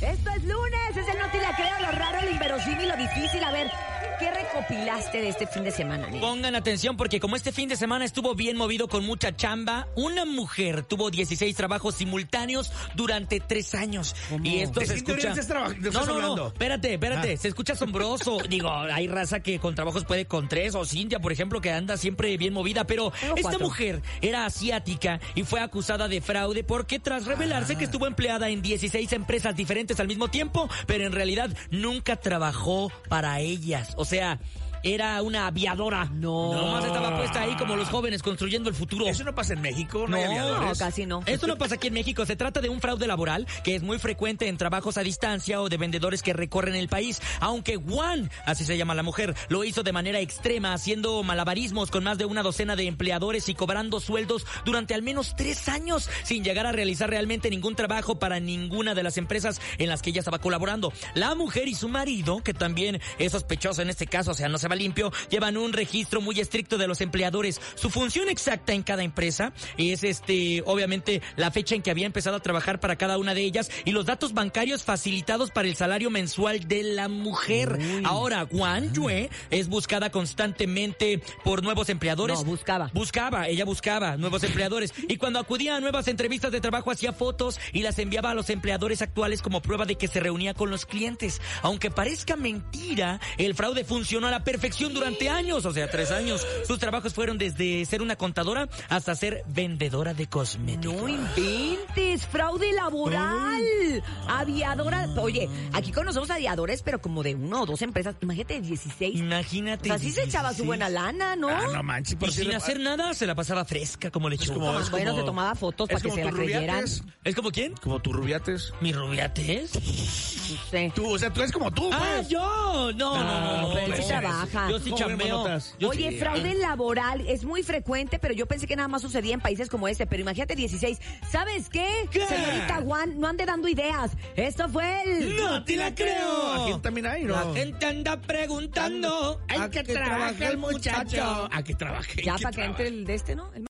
Esto es lunes, es el no te la creo, lo raro, lo inverosímil, lo difícil. A ver, ¿qué recopilaste de este fin de semana, Nick? Pongan atención porque como este fin de semana estuvo bien movido con mucha chamba, una mujer tuvo 16 trabajos simultáneos durante 3 años. ¿Cómo? Y esto se escucha... No, espérate, se escucha asombroso. Digo, hay raza que con trabajos puede con 3, o Cintia, por ejemplo, que anda siempre bien movida, pero Tengo esta 4. mujer era asiática y fue acusada de fraude porque tras revelarse que estuvo empleada en 16 empresas diferentes al mismo tiempo, pero en realidad nunca trabajó para ellas. O sea, era una aviadora. No. Nomás estaba puesta ahí como los jóvenes construyendo el futuro. ¿Eso no pasa en México? ¿No hay No, aviadores? No, casi no. Esto no pasa aquí en México. Se trata de un fraude laboral que es muy frecuente en trabajos a distancia o de vendedores que recorren el país. Aunque Juan, así se llama la mujer, lo hizo de manera extrema, haciendo malabarismos con más de una docena de empleadores y cobrando sueldos durante al menos 3 años, sin llegar a realizar realmente ningún trabajo para ninguna de las empresas en las que ella estaba colaborando. La mujer y su marido, que también es sospechoso en este caso, o sea, no se va limpio, llevan un registro muy estricto de los empleadores. Su función exacta en cada empresa es obviamente la fecha en que había empezado a trabajar para cada una de ellas y los datos bancarios facilitados para el salario mensual de la mujer. Ahora, Wang Yue es buscada constantemente por nuevos empleadores. No, buscaba. Ella buscaba nuevos empleadores y cuando acudía a nuevas entrevistas de trabajo hacía fotos y las enviaba a los empleadores actuales como prueba de que se reunía con los clientes. Aunque parezca mentira, el fraude funcionó a la perfección durante años, o sea, 3 años. Sus trabajos fueron desde ser una contadora hasta ser vendedora de cosméticos. No inventes, fraude laboral. Aviadora. Oye, aquí conocemos aviadores, pero como de 1 o 2 empresas. Imagínate, 16. Imagínate. O sea, sí se echaba su buena lana, ¿no? Ah, no manches. Y Por sin hacer nada, se la pasaba fresca como lechuga. Bueno, se tomaba fotos para que se la creyeran. ¿Es como quién? Como tu rubiates. ¿Mi rubiates? No sé. Tú, o sea, tú eres como tú, ¡Ah, pues. yo! No. pero él sí pues, trabaja. Yo sí ¿Cómo chambeo. vemos notas? Oye, fraude laboral es muy frecuente, pero yo pensé que nada más sucedía en países como este. Pero imagínate 16. ¿Sabes qué? ¿Qué? Señorita Juan, no ande dando ideas. Esto fue el... ¡No te la creo! Aquí también hay, ¿no? La gente anda preguntando. ¿A qué trabaja el muchacho? ¿A qué trabaje? Ya para que entre el de este, ¿no? El